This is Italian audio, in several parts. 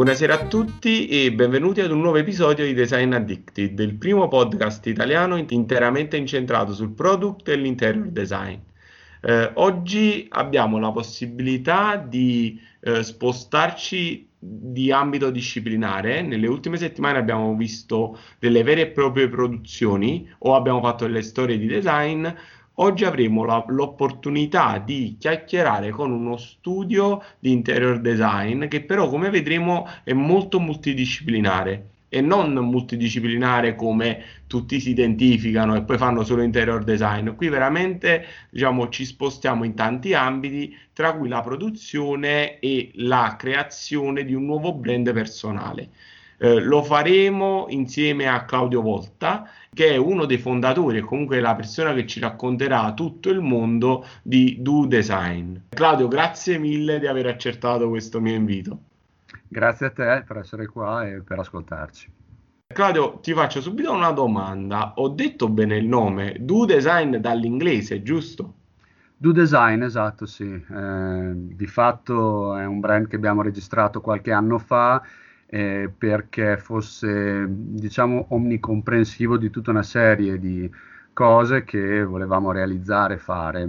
Buonasera a tutti e benvenuti ad un nuovo episodio di Design Addicted, il primo podcast italiano interamente incentrato sul product e l'interior design. Oggi abbiamo la possibilità di spostarci di ambito disciplinare. Nelle ultime settimane abbiamo visto delle vere e proprie produzioni o abbiamo fatto delle storie di design. Oggi avremo l'opportunità di chiacchierare con uno studio di interior design che però, come vedremo, è molto multidisciplinare e non multidisciplinare come tutti si identificano e poi fanno solo interior design. Qui veramente, diciamo, ci spostiamo in tanti ambiti, tra cui la produzione e la creazione di un nuovo brand personale. Lo faremo insieme a Claudio Volta, che è uno dei fondatori e comunque la persona che ci racconterà tutto il mondo di Do Design. Claudio, grazie mille di aver accettato questo mio invito. Grazie a te per essere qua e per ascoltarci. Claudio, ti faccio subito una domanda. Ho detto bene il nome, Do Design dall'inglese, giusto? Do Design, esatto, sì. Di fatto è un brand che abbiamo registrato qualche anno fa perché fosse, diciamo, omnicomprensivo di tutta una serie di cose che volevamo realizzare e fare.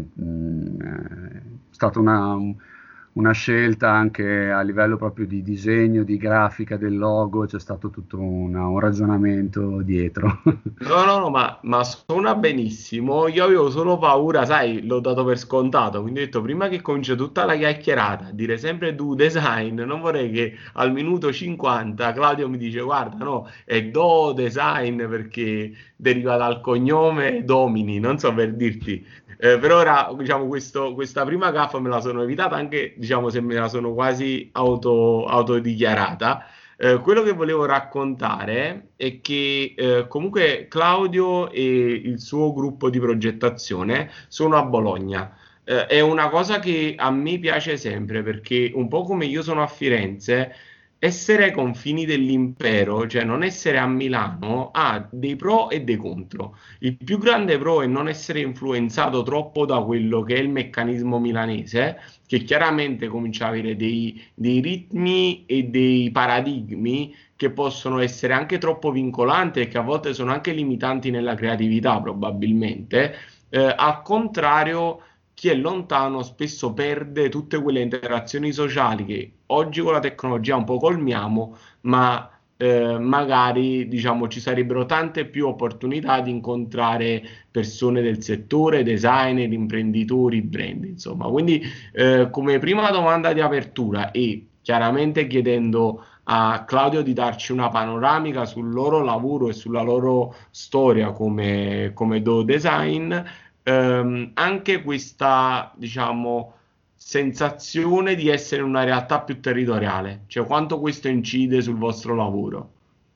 È stata una scelta anche a livello proprio di disegno, di grafica del logo, c'è stato tutto un ragionamento dietro. No, ma suona benissimo. Io avevo solo paura, sai, l'ho dato per scontato. Quindi ho detto, prima che comincia tutta la chiacchierata, dire sempre Do Design, non vorrei che al minuto 50 Claudio mi dice, guarda, no, è Do Design perché deriva dal cognome Domini, non so per dirti. Per ora, diciamo, questa prima gaffa me la sono evitata, anche, diciamo, se me la sono quasi autodichiarata. Quello che volevo raccontare è che comunque Claudio e il suo gruppo di progettazione sono a Bologna. È una cosa che a me piace sempre perché un po' come io sono a Firenze, essere ai confini dell'impero, cioè non essere a Milano, ha dei pro e dei contro. Il più grande pro è non essere influenzato troppo da quello che è il meccanismo milanese, che chiaramente comincia a avere dei ritmi e dei paradigmi che possono essere anche troppo vincolanti e che a volte sono anche limitanti nella creatività, probabilmente. Al contrario, chi è lontano spesso perde tutte quelle interazioni sociali che oggi con la tecnologia un po' colmiamo, ma magari diciamo ci sarebbero tante più opportunità di incontrare persone del settore, designer, imprenditori, brand, insomma. Quindi come prima domanda di apertura e chiaramente chiedendo a Claudio di darci una panoramica sul loro lavoro e sulla loro storia come Do Design, anche questa, diciamo, sensazione di essere una realtà più territoriale, cioè quanto questo incide sul vostro lavoro.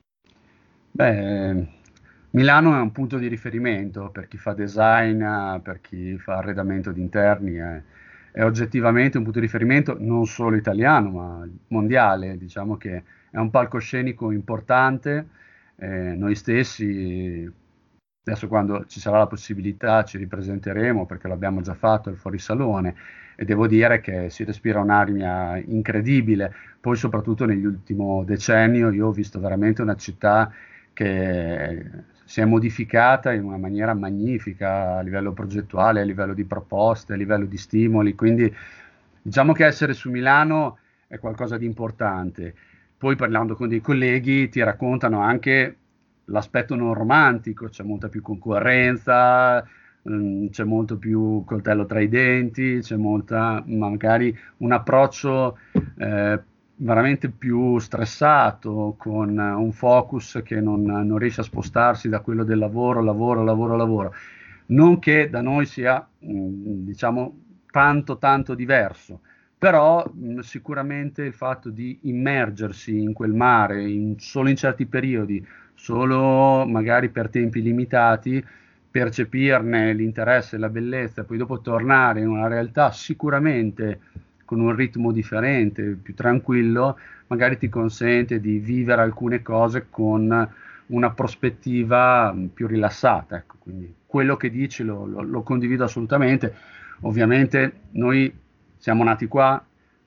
Beh, Milano è un punto di riferimento per chi fa design, per chi fa arredamento di interni, è oggettivamente un punto di riferimento non solo italiano, ma mondiale. Diciamo che è un palcoscenico importante. Noi stessi, adesso quando ci sarà la possibilità, ci ripresenteremo perché l'abbiamo già fatto al fuorisalone e devo dire che si respira un'aria incredibile. Poi, soprattutto nell'ultimo decennio, io ho visto veramente una città che si è modificata in una maniera magnifica a livello progettuale, a livello di proposte, a livello di stimoli, quindi diciamo che essere su Milano è qualcosa di importante. Poi parlando con dei colleghi ti raccontano anche l'aspetto non romantico, c'è molta più concorrenza, c'è molto più coltello tra i denti, c'è molta, magari un approccio eh, veramente più stressato, con un focus che non riesce a spostarsi da quello del lavoro, lavoro, lavoro, lavoro. Non che da noi sia, diciamo, tanto diverso, però sicuramente il fatto di immergersi in quel mare solo in certi periodi, solo magari per tempi limitati, percepirne l'interesse e la bellezza, poi dopo tornare in una realtà sicuramente con un ritmo differente, più tranquillo, magari ti consente di vivere alcune cose con una prospettiva più rilassata. Ecco, quindi quello che dici lo condivido assolutamente. Ovviamente noi siamo nati qua,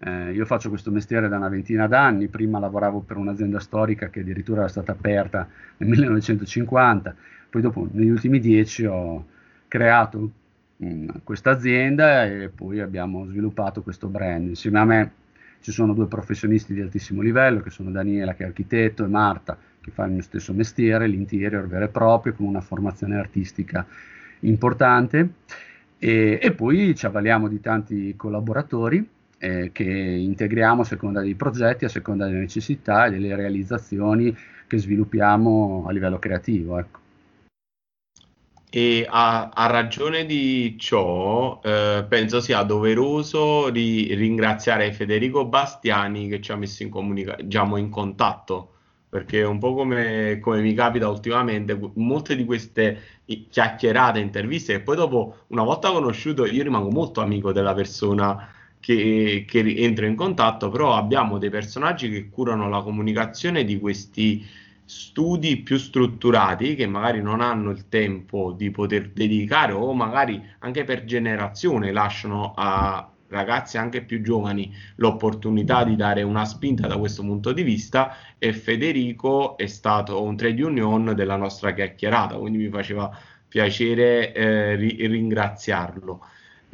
Io faccio questo mestiere da una ventina d'anni, prima lavoravo per un'azienda storica che addirittura era stata aperta nel 1950, poi dopo negli ultimi 10 ho creato questa azienda e poi abbiamo sviluppato questo brand. Insieme a me ci sono due professionisti di altissimo livello, che sono Daniela che è architetto e Marta che fa il mio stesso mestiere, l'interior vero e proprio, con una formazione artistica importante. E poi ci avvaliamo di tanti collaboratori che integriamo a seconda dei progetti, a seconda delle necessità e delle realizzazioni che sviluppiamo a livello creativo, ecco. E a ragione di ciò, penso sia doveroso ringraziare Federico Bastiani che ci ha messo diciamo, in contatto, perché un po' come mi capita ultimamente, molte di queste chiacchierate, interviste, e poi dopo, una volta conosciuto, io rimango molto amico della persona che entra in contatto, però abbiamo dei personaggi che curano la comunicazione di questi studi più strutturati che magari non hanno il tempo di poter dedicare o magari anche per generazione lasciano a ragazzi anche più giovani l'opportunità di dare una spinta da questo punto di vista e Federico è stato un trade union della nostra chiacchierata, quindi mi faceva piacere ringraziarlo.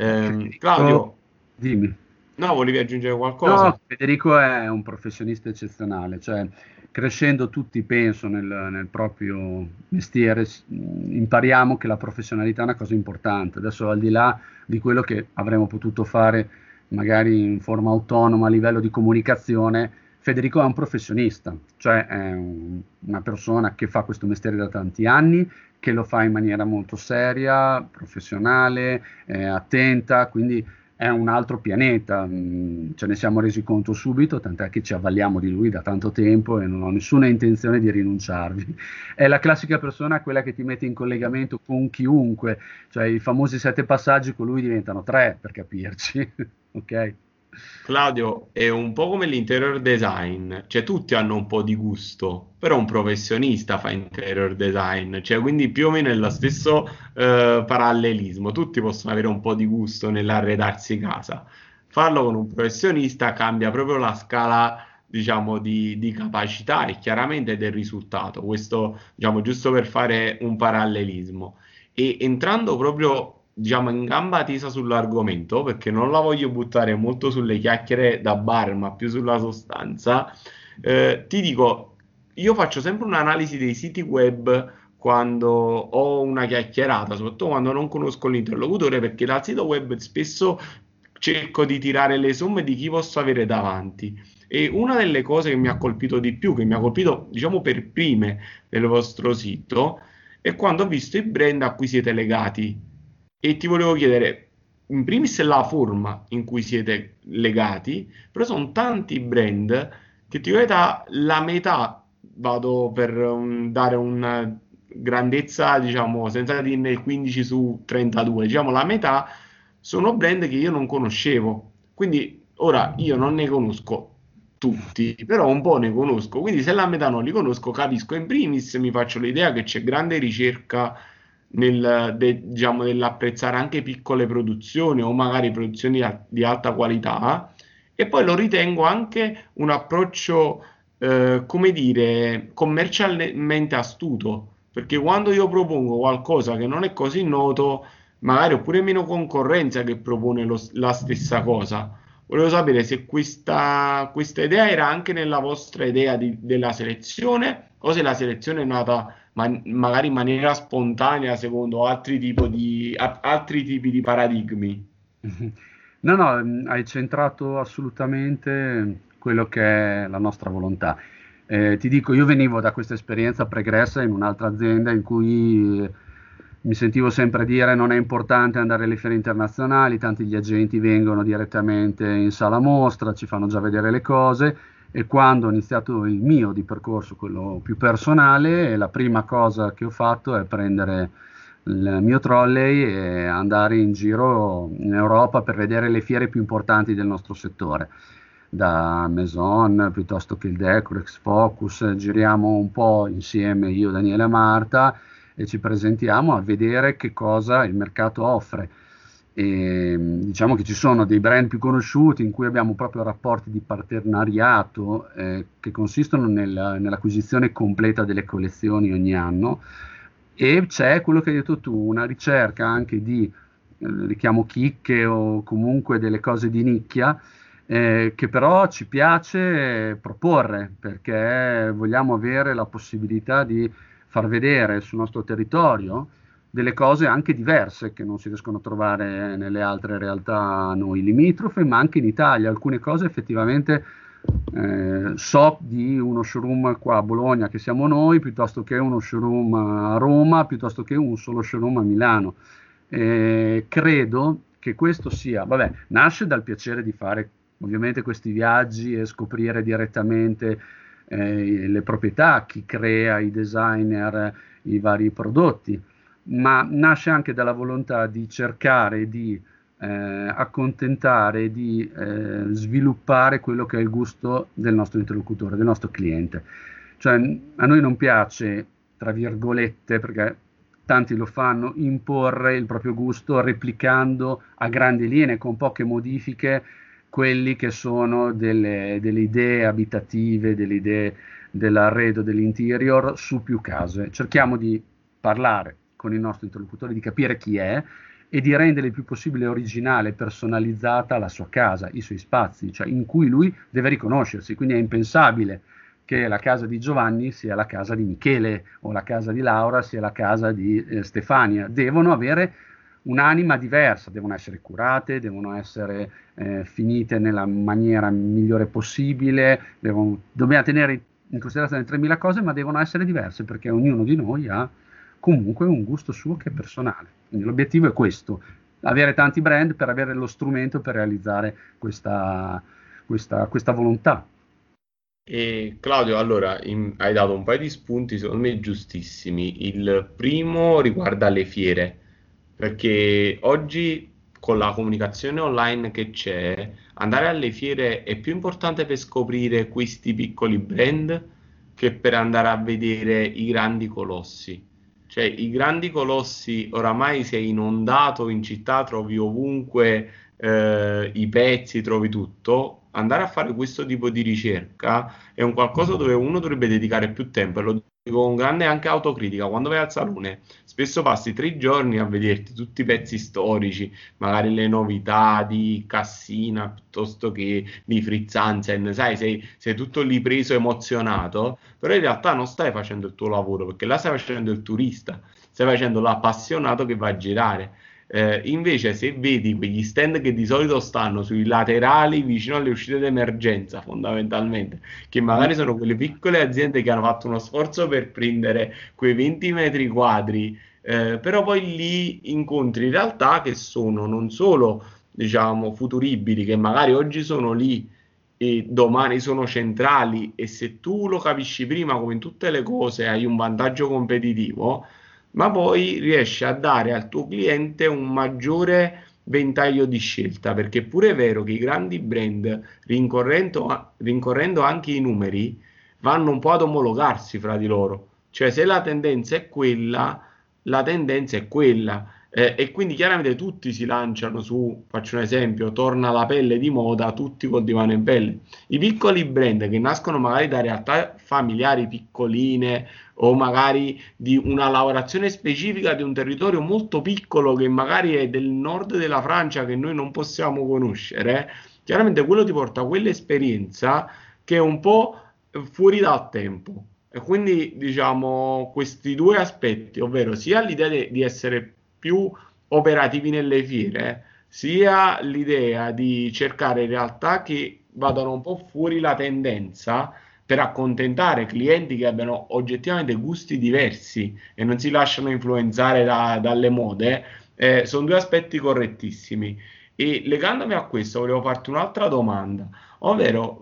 Federico, Claudio, dimmi. no, volevi aggiungere No, qualcosa? Federico è un professionista eccezionale, cioè crescendo tutti, penso, nel proprio mestiere, impariamo che la professionalità è una cosa importante. Adesso, al di là di quello che avremmo potuto fare magari in forma autonoma a livello di comunicazione, Federico è un professionista, cioè è una persona che fa questo mestiere da tanti anni, che lo fa in maniera molto seria, professionale, attenta, quindi è un altro pianeta, ce ne siamo resi conto subito, tant'è che ci avvaliamo di lui da tanto tempo e non ho nessuna intenzione di rinunciarvi. È la classica persona, quella che ti mette in collegamento con chiunque, cioè i famosi 7 passaggi con lui diventano 3 per capirci, ok? Claudio, è un po' come l'interior design, cioè tutti hanno un po' di gusto, però un professionista fa interior design, cioè quindi più o meno è lo stesso parallelismo, tutti possono avere un po' di gusto nell'arredarsi casa. Farlo con un professionista cambia proprio la scala, diciamo, di capacità e chiaramente del risultato, questo, diciamo, giusto per fare un parallelismo. E entrando proprio, diciamo, in gamba tesa sull'argomento, perché non la voglio buttare molto sulle chiacchiere da bar, ma più sulla sostanza, ti dico, io faccio sempre un'analisi dei siti web quando ho una chiacchierata, soprattutto quando non conosco l'interlocutore, perché dal sito web spesso cerco di tirare le somme di chi posso avere davanti. E una delle cose che mi ha colpito di più, che mi ha colpito, diciamo, per prime del vostro sito, è quando ho visto i brand a cui siete legati. E ti volevo chiedere, in primis la forma in cui siete legati, però sono tanti brand che ti dico la verità, la metà, vado per dare una grandezza, diciamo, senza dirne il 15 su 32, diciamo la metà sono brand che io non conoscevo. Quindi ora io non ne conosco tutti, però un po' ne conosco. Quindi se la metà non li conosco, capisco. In primis mi faccio l'idea che c'è grande ricerca diciamo, nell'apprezzare anche piccole produzioni o magari produzioni di alta qualità. E poi lo ritengo anche un approccio, come dire, commercialmente astuto, perché quando io propongo qualcosa che non è così noto, magari ho pure meno concorrenza che propone la stessa cosa. Volevo sapere se questa idea era anche nella vostra idea della selezione o se la selezione è nata magari in maniera spontanea secondo altri tipi di paradigmi. No, no, hai centrato assolutamente quello che è la nostra volontà. Ti dico, io venivo da questa esperienza pregressa in un'altra azienda in cui mi sentivo sempre dire non è importante andare alle fiere internazionali, tanti gli agenti vengono direttamente in sala mostra, ci fanno già vedere le cose e quando ho iniziato il mio di percorso, quello più personale, la prima cosa che ho fatto è prendere il mio trolley e andare in giro in Europa per vedere le fiere più importanti del nostro settore, da Maison piuttosto che il Decorex, Focus, giriamo un po' insieme io, Daniele e Marta e ci presentiamo a vedere che cosa il mercato offre. E, diciamo che ci sono dei brand più conosciuti in cui abbiamo proprio rapporti di partenariato che consistono nell'acquisizione completa delle collezioni ogni anno, e c'è quello che hai detto tu, una ricerca anche di, li chiamo chicche o comunque delle cose di nicchia, che però ci piace proporre perché vogliamo avere la possibilità di far vedere sul nostro territorio delle cose anche diverse che non si riescono a trovare nelle altre realtà a noi limitrofe, ma anche in Italia. Alcune cose effettivamente so di uno showroom qua a Bologna che siamo noi, piuttosto che uno showroom a Roma, piuttosto che un solo showroom a Milano. Credo che questo sia, vabbè, nasce dal piacere di fare ovviamente questi viaggi e scoprire direttamente le proprietà, chi crea, i designer, i vari prodotti, ma nasce anche dalla volontà di cercare di accontentare, di sviluppare quello che è il gusto del nostro interlocutore, del nostro cliente. Cioè, a noi non piace, tra virgolette, perché tanti lo fanno, imporre il proprio gusto replicando a grandi linee, con poche modifiche, quelli che sono delle idee abitative, delle idee dell'arredo, dell'interior su più case. Cerchiamo di parlare con il nostro interlocutore, di capire chi è e di rendere il più possibile originale, personalizzata la sua casa, i suoi spazi, cioè in cui lui deve riconoscersi. Quindi è impensabile che la casa di Giovanni sia la casa di Michele o la casa di Laura sia la casa di Stefania. Devono avere un'anima diversa, devono essere curate, devono essere finite nella maniera migliore possibile, dobbiamo tenere in considerazione 3.000 cose, ma devono essere diverse perché ognuno di noi ha comunque un gusto suo che è personale. Quindi l'obiettivo è questo, avere tanti brand per avere lo strumento per realizzare questa volontà. E Claudio, allora, hai dato un paio di spunti, secondo me giustissimi. Il primo riguarda le fiere, perché oggi con la comunicazione online che c'è, andare alle fiere è più importante per scoprire questi piccoli brand che per andare a vedere i grandi colossi. Cioè, i grandi colossi oramai sei inondato in città, trovi ovunque i pezzi, trovi tutto. Andare a fare questo tipo di ricerca è un qualcosa dove uno dovrebbe dedicare più tempo, e lo dico con grande anche autocritica. Quando vai al salone, spesso passi 3 giorni a vederti tutti i pezzi storici, magari le novità di Cassina piuttosto che di Fritz Hansen, sai, sei tutto lì preso, emozionato, però in realtà non stai facendo il tuo lavoro, perché là stai facendo il turista, stai facendo l'appassionato che va a girare. Invece, se vedi quegli stand che di solito stanno sui laterali vicino alle uscite d'emergenza, fondamentalmente, che magari sono quelle piccole aziende che hanno fatto uno sforzo per prendere quei 20 metri quadri, però poi lì incontri realtà che sono non solo, diciamo, futuribili, che magari oggi sono lì e domani sono centrali, e se tu lo capisci prima, come in tutte le cose, hai un vantaggio competitivo, ma poi riesci a dare al tuo cliente un maggiore ventaglio di scelta, perché è pure vero che i grandi brand, rincorrendo anche i numeri, vanno un po' ad omologarsi fra di loro. Cioè, se la tendenza è quella, la tendenza è quella. E quindi chiaramente tutti si lanciano su, faccio un esempio, torna la pelle di moda, tutti col divano in pelle. I piccoli brand che nascono magari da realtà familiari piccoline, o magari di una lavorazione specifica di un territorio molto piccolo che magari è del nord della Francia, che noi non possiamo conoscere, chiaramente quello ti porta a quell'esperienza che è un po' fuori dal tempo. E quindi diciamo questi due aspetti, ovvero sia l'idea di essere più operativi nelle fiere, sia l'idea di cercare realtà che vadano un po' fuori la tendenza per accontentare clienti che abbiano oggettivamente gusti diversi e non si lasciano influenzare dalle mode, sono due aspetti correttissimi. E legandomi a questo, volevo farti un'altra domanda, ovvero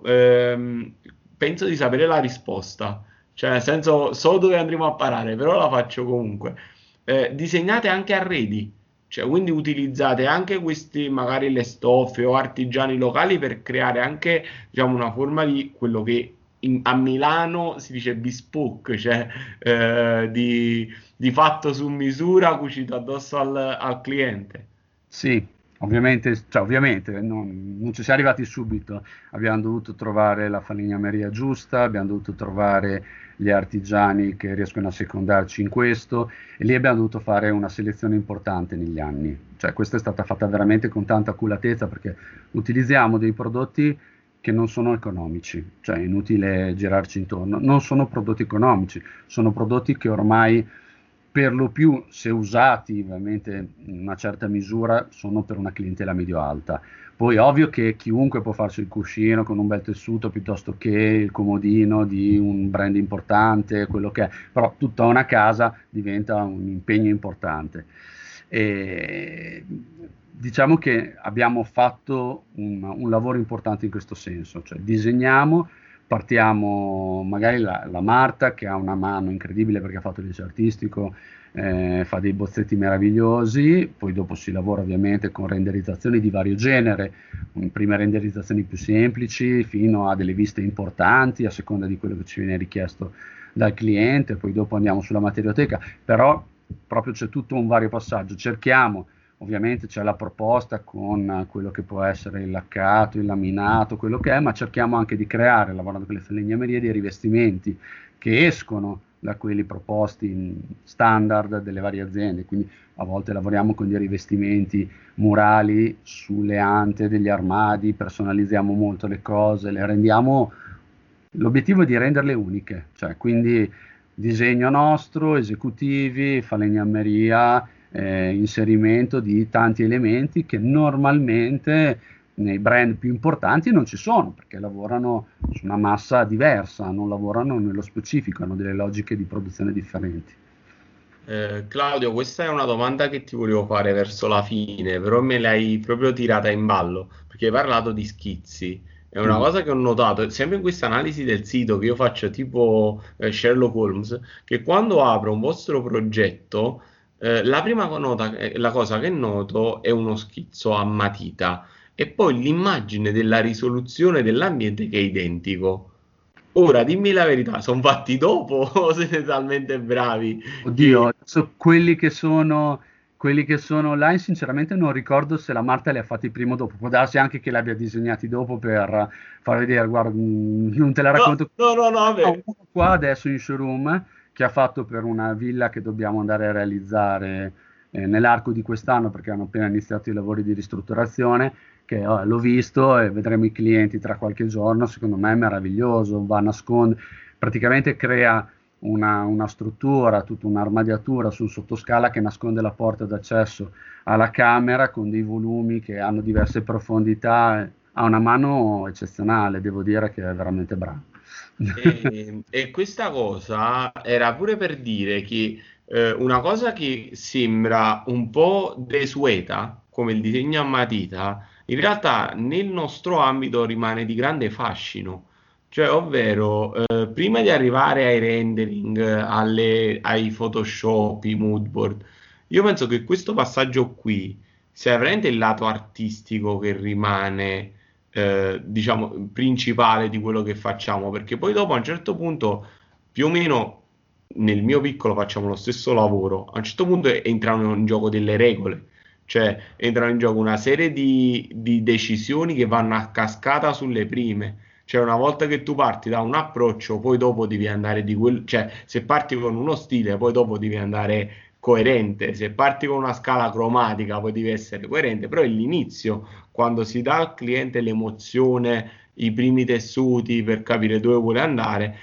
penso di sapere la risposta, cioè nel senso so dove andremo a parare, però la faccio comunque. Disegnate anche arredi, cioè quindi utilizzate anche questi magari le stoffe o artigiani locali per creare anche diciamo una forma di quello che a Milano si dice bespoke, cioè di fatto su misura cucito addosso al cliente. Sì, Ovviamente non ci siamo arrivati subito, abbiamo dovuto trovare la falegnameria giusta, abbiamo dovuto trovare gli artigiani che riescono a secondarci in questo e lì abbiamo dovuto fare una selezione importante negli anni. Cioè, questa è stata fatta veramente con tanta oculatezza perché utilizziamo dei prodotti che non sono economici, cioè è inutile girarci intorno, non sono prodotti economici, sono prodotti che ormai per lo più, se usati ovviamente in una certa misura, sono per una clientela medio-alta. Poi ovvio che chiunque può farsi il cuscino con un bel tessuto piuttosto che il comodino di un brand importante, quello che è, però tutta una casa diventa un impegno importante. E diciamo che abbiamo fatto un lavoro importante in questo senso, cioè disegniamo, partiamo magari la Marta che ha una mano incredibile perché ha fatto il liceo artistico, fa dei bozzetti meravigliosi, poi dopo si lavora ovviamente con renderizzazioni di vario genere, prime renderizzazioni più semplici fino a delle viste importanti a seconda di quello che ci viene richiesto dal cliente, poi dopo andiamo sulla materioteca, però proprio c'è tutto un vario passaggio, cerchiamo. Ovviamente c'è la proposta con quello che può essere il laccato, il laminato, quello che è, ma cerchiamo anche di creare, lavorando con le falegnamerie, dei rivestimenti che escono da quelli proposti in standard delle varie aziende. Quindi a volte lavoriamo con dei rivestimenti murali sulle ante degli armadi, personalizziamo molto le cose, le rendiamo. L'obiettivo è di renderle uniche, cioè quindi disegno nostro, esecutivi, falegnameria, inserimento di tanti elementi che normalmente nei brand più importanti non ci sono, perché lavorano su una massa diversa, non lavorano nello specifico, hanno delle logiche di produzione differenti. Claudio, questa è una domanda che ti volevo fare verso la fine, però me l'hai proprio tirata in ballo, perché hai parlato di schizzi. È una Mm. cosa che ho notato, sempre in questa analisi del sito che io faccio tipo Sherlock Holmes, che quando apro un vostro progetto, la prima la cosa che noto è uno schizzo a matita e poi l'immagine della risoluzione dell'ambiente che è identico. Ora, dimmi la verità, sono fatti dopo o siete talmente bravi Oddio, che... adesso quelli che sono online, sinceramente non ricordo se la Marta li ha fatti prima o dopo. Può darsi anche che li abbia disegnati dopo per far vedere, guarda, non te la No, racconto. no, no, no, No, vabbè. uno qua adesso in showroom che ha fatto per una villa che dobbiamo andare a realizzare nell'arco di quest'anno perché hanno appena iniziato i lavori di ristrutturazione, che l'ho visto e vedremo i clienti tra qualche giorno. Secondo me è meraviglioso, va a nascondere, praticamente crea una struttura, tutta un'armadiatura sul sottoscala che nasconde la porta d'accesso alla camera con dei volumi che hanno diverse profondità. Ha una mano eccezionale, devo dire che è veramente bravo. E questa cosa era pure per dire che una cosa che sembra un po' desueta, come il disegno a matita, in realtà nel nostro ambito rimane di grande fascino. Cioè, ovvero, prima di arrivare ai rendering, ai Photoshop, i moodboard, io penso che questo passaggio qui sia veramente il lato artistico che rimane diciamo, principale di quello che facciamo, perché poi dopo a un certo punto, più o meno nel mio piccolo facciamo lo stesso lavoro, a un certo punto entrano in gioco delle regole, cioè entrano in gioco una serie di decisioni che vanno a cascata sulle prime. Cioè, una volta che tu parti da un approccio, poi dopo devi andare di quel, cioè, se parti con uno stile, poi dopo devi andare coerente. Se parti con una scala cromatica, poi devi essere coerente, però è l'inizio quando si dà al cliente l'emozione, i primi tessuti per capire dove vuole andare,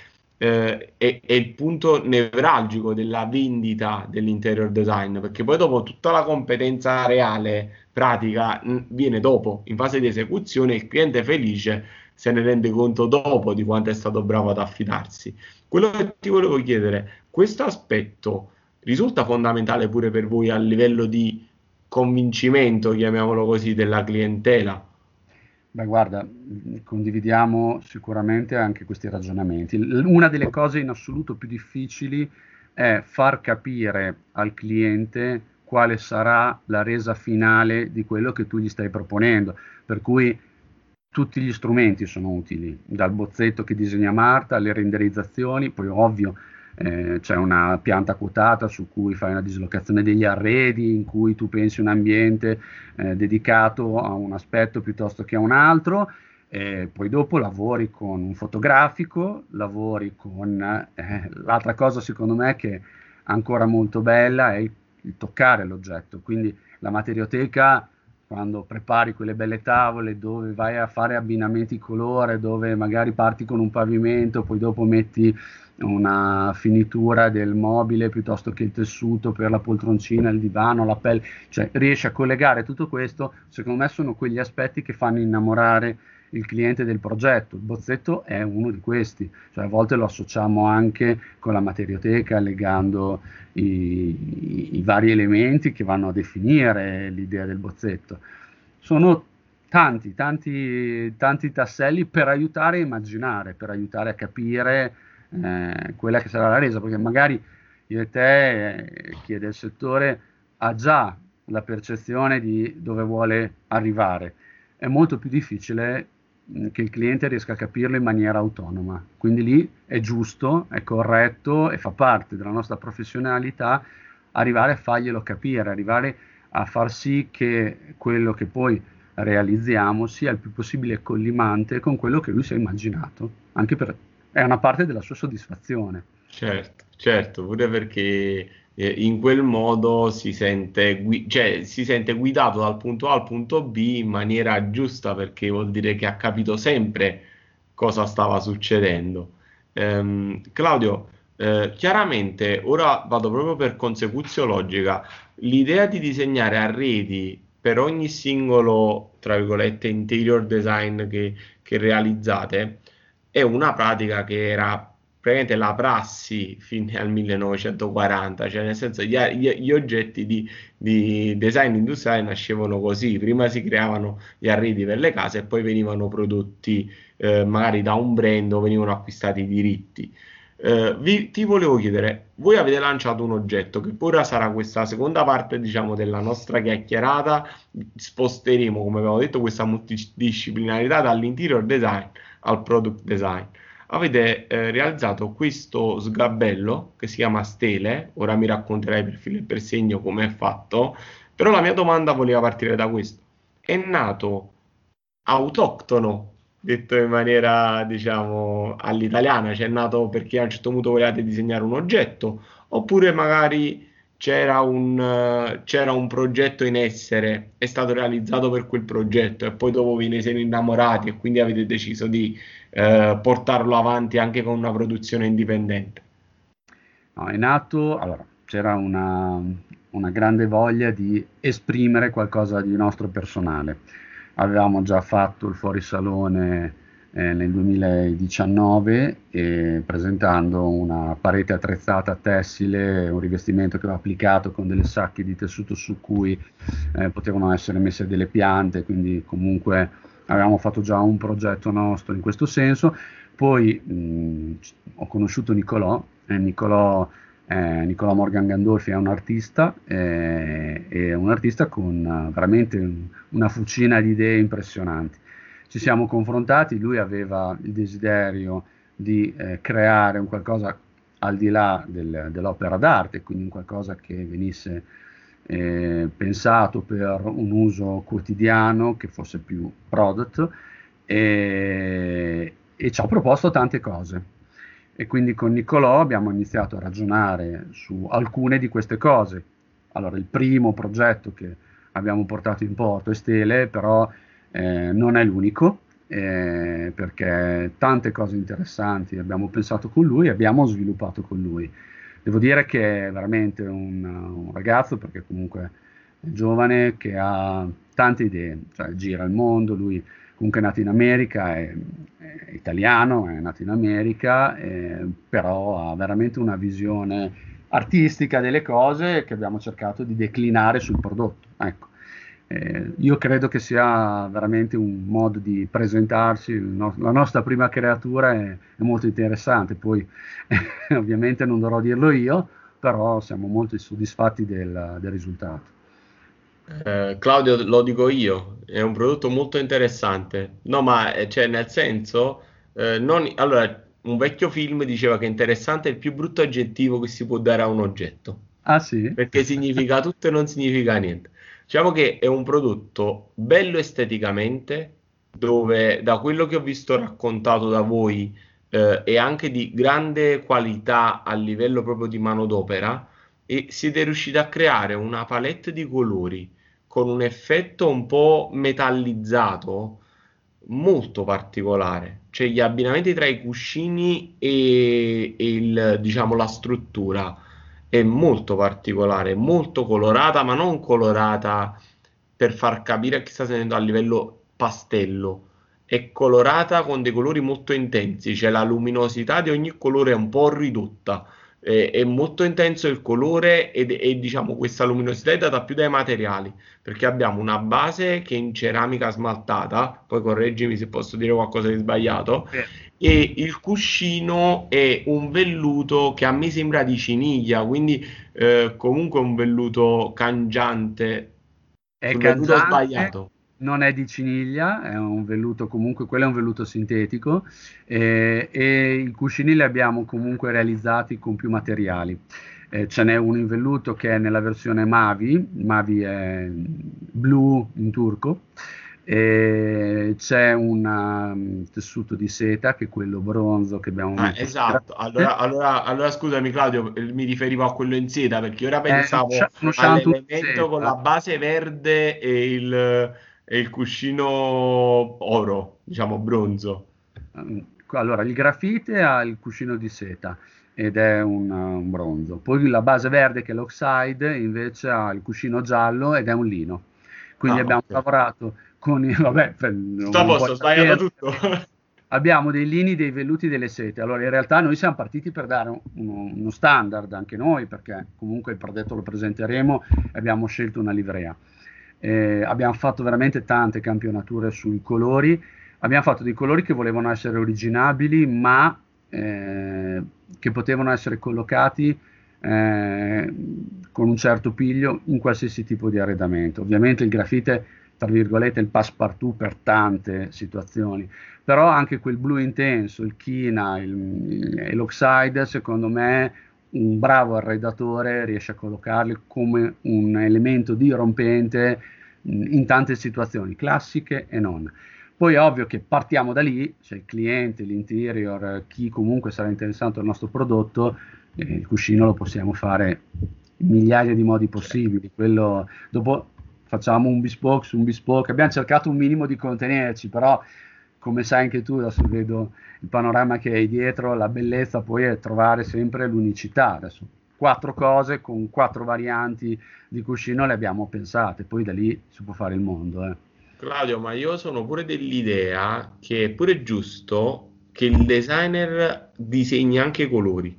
è il punto nevralgico della vendita dell'interior design, perché poi dopo tutta la competenza reale, pratica, viene dopo, in fase di esecuzione, il cliente è felice se ne rende conto dopo di quanto è stato bravo ad affidarsi. Quello che ti volevo chiedere, questo aspetto risulta fondamentale pure per voi a livello di convincimento, chiamiamolo così, della clientela. Beh, guarda, condividiamo sicuramente anche questi ragionamenti. Una delle cose in assoluto più difficili è far capire al cliente quale sarà la resa finale di quello che tu gli stai proponendo. Per cui tutti gli strumenti sono utili, dal bozzetto che disegna Marta alle renderizzazioni, poi ovvio c'è una pianta quotata su cui fai una dislocazione degli arredi, in cui tu pensi un ambiente dedicato a un aspetto piuttosto che a un altro. Poi dopo lavori con un fotografico, lavori con l'altra cosa secondo me che è ancora molto bella è il toccare l'oggetto, quindi la materioteca quando prepari quelle belle tavole dove vai a fare abbinamenti colore, dove magari parti con un pavimento, poi dopo metti una finitura del mobile piuttosto che il tessuto per la poltroncina, il divano, la pelle, cioè riesci a collegare tutto questo, secondo me sono quegli aspetti che fanno innamorare il cliente del progetto. Il bozzetto è uno di questi, cioè a volte lo associamo anche con la materioteca legando i vari elementi che vanno a definire l'idea del bozzetto. Sono tanti tasselli per aiutare a immaginare, per aiutare a capire quella che sarà la resa, perché magari io e te, chi è del settore, ha già la percezione di dove vuole arrivare. È molto più difficile che il cliente riesca a capirlo in maniera autonoma. Quindi lì è giusto, è corretto e fa parte della nostra professionalità arrivare a farglielo capire, arrivare a far sì che quello che poi realizziamo sia il più possibile collimante con quello che lui si è immaginato, anche per è una parte della sua soddisfazione. Certo, certo, pure perché in quel modo cioè, si sente guidato dal punto A al punto B in maniera giusta, perché vuol dire che ha capito sempre cosa stava succedendo. Claudio, chiaramente ora vado proprio per consecuzione logica. L'idea di disegnare arredi per ogni singolo, tra virgolette, interior design che realizzate è una pratica che era praticamente la prassi fino al 1940, cioè nel senso gli oggetti di design industriale nascevano così, prima si creavano gli arredi per le case e poi venivano prodotti magari da un brand o venivano acquistati i diritti. Ti volevo chiedere, voi avete lanciato un oggetto che poi ora sarà questa seconda parte, diciamo, della nostra chiacchierata, sposteremo, come abbiamo detto, questa multidisciplinarità dall'interior design al product design. Avete realizzato questo sgabello che si chiama Stele, ora mi racconterai per filo e per segno come è fatto, però la mia domanda voleva partire da questo. È nato autoctono, detto in maniera, diciamo, all'italiana, cioè è nato perché a un certo punto volevate disegnare un oggetto, oppure magari c'era un progetto in essere, è stato realizzato per quel progetto e poi dopo ve ne siete innamorati e quindi avete deciso di portarlo avanti anche con una produzione indipendente. No, è nato, allora, c'era una grande voglia di esprimere qualcosa di nostro personale. Avevamo già fatto il fuorisalone nel 2019 presentando una parete attrezzata tessile, un rivestimento che aveva applicato con delle sacche di tessuto su cui potevano essere messe delle piante, quindi comunque avevamo fatto già un progetto nostro in questo senso. Poi ho conosciuto Nicolò, Nicolò Morgan Gandolfi è un artista con veramente una fucina di idee impressionanti. Ci siamo confrontati, lui aveva il desiderio di creare un qualcosa al di là dell'opera d'arte, quindi un qualcosa che venisse pensato per un uso quotidiano, che fosse più product, e ci ha proposto tante cose. E quindi con Niccolò abbiamo iniziato a ragionare su alcune di queste cose. Allora, il primo progetto che abbiamo portato in porto è Stele, però non è l'unico, perché tante cose interessanti abbiamo pensato con lui e abbiamo sviluppato con lui. Devo dire che è veramente un ragazzo, perché comunque è giovane, che ha tante idee, cioè gira il mondo, lui comunque è nato in America, è italiano, è nato in America, però ha veramente una visione artistica delle cose che abbiamo cercato di declinare sul prodotto. Ecco. Io credo che sia veramente un modo di presentarsi, la nostra prima creatura è molto interessante, poi ovviamente non dovrò dirlo io, però siamo molto soddisfatti del risultato. Claudio, lo dico io, è un prodotto molto interessante. No, ma cioè, nel senso, allora, un vecchio film diceva che interessante è il più brutto aggettivo che si può dare a un oggetto, Ah sì? perché significa tutto e non significa niente. Diciamo che è un prodotto bello esteticamente, dove da quello che ho visto raccontato da voi è anche di grande qualità a livello proprio di manodopera e siete riusciti a creare una palette di colori con un effetto un po' metallizzato molto particolare. Cioè gli abbinamenti tra i cuscini e diciamo, la struttura è molto particolare, molto colorata, ma non colorata per far capire a chi sta sentendo a livello pastello. È colorata con dei colori molto intensi, cioè la luminosità di ogni colore è un po' ridotta. È molto intenso il colore e diciamo questa luminosità è data più dai materiali, perché abbiamo una base che è in ceramica smaltata, poi correggimi se posso dire qualcosa di sbagliato, Sì. e il cuscino è un velluto che a me sembra di ciniglia, quindi comunque un velluto cangiante. È Sul velluto ho cangiante, sbagliato. non è di ciniglia, è un velluto comunque, quello è un velluto sintetico e i cuscini li abbiamo comunque realizzati con più materiali. Ce n'è uno in velluto che è nella versione Mavi, Mavi è blu in turco, e c'è un tessuto di seta che è quello bronzo che abbiamo Ah, messo sul esatto. grafite. Allora scusami Claudio, mi riferivo a quello in seta perché ora È pensavo uno scianto di all'elemento con seta. la base verde e il cuscino oro, diciamo bronzo. Allora, il grafite ha il cuscino di seta ed è un bronzo. Poi la base verde, che è l'oxide, invece ha il cuscino giallo ed è un lino. Quindi Ah, abbiamo ok. lavorato con i, vabbè, Tutto a non puoi posto, ho sbagliato sapere. tutto. Abbiamo dei lini, dei velluti, delle sete. Allora, in realtà noi siamo partiti per dare uno standard anche noi, perché comunque il progetto lo presenteremo e abbiamo scelto una livrea. Abbiamo fatto veramente tante campionature sui colori. Abbiamo fatto dei colori che volevano essere originabili, ma che potevano essere collocati eh, con un certo piglio in qualsiasi tipo di arredamento. Ovviamente il grafite, tra virgolette, è il passepartout per tante situazioni, però anche quel blu intenso, il china e l'oxide, secondo me un bravo arredatore riesce a collocarli come un elemento dirompente in tante situazioni, classiche e non. Poi è ovvio che partiamo da lì, c'è il cliente, l'interior, chi comunque sarà interessato al nostro prodotto, il cuscino lo possiamo fare in migliaia di modi possibili. Quello, dopo facciamo un bespoke su un bespoke, abbiamo cercato un minimo di contenerci, però come sai anche tu, adesso vedo il panorama che hai dietro, la bellezza poi è trovare sempre l'unicità. Adesso quattro cose con quattro varianti di cuscino le abbiamo pensate, poi da lì si può fare il mondo. Claudio, ma io sono pure dell'idea che è pure giusto che il designer disegni anche i colori.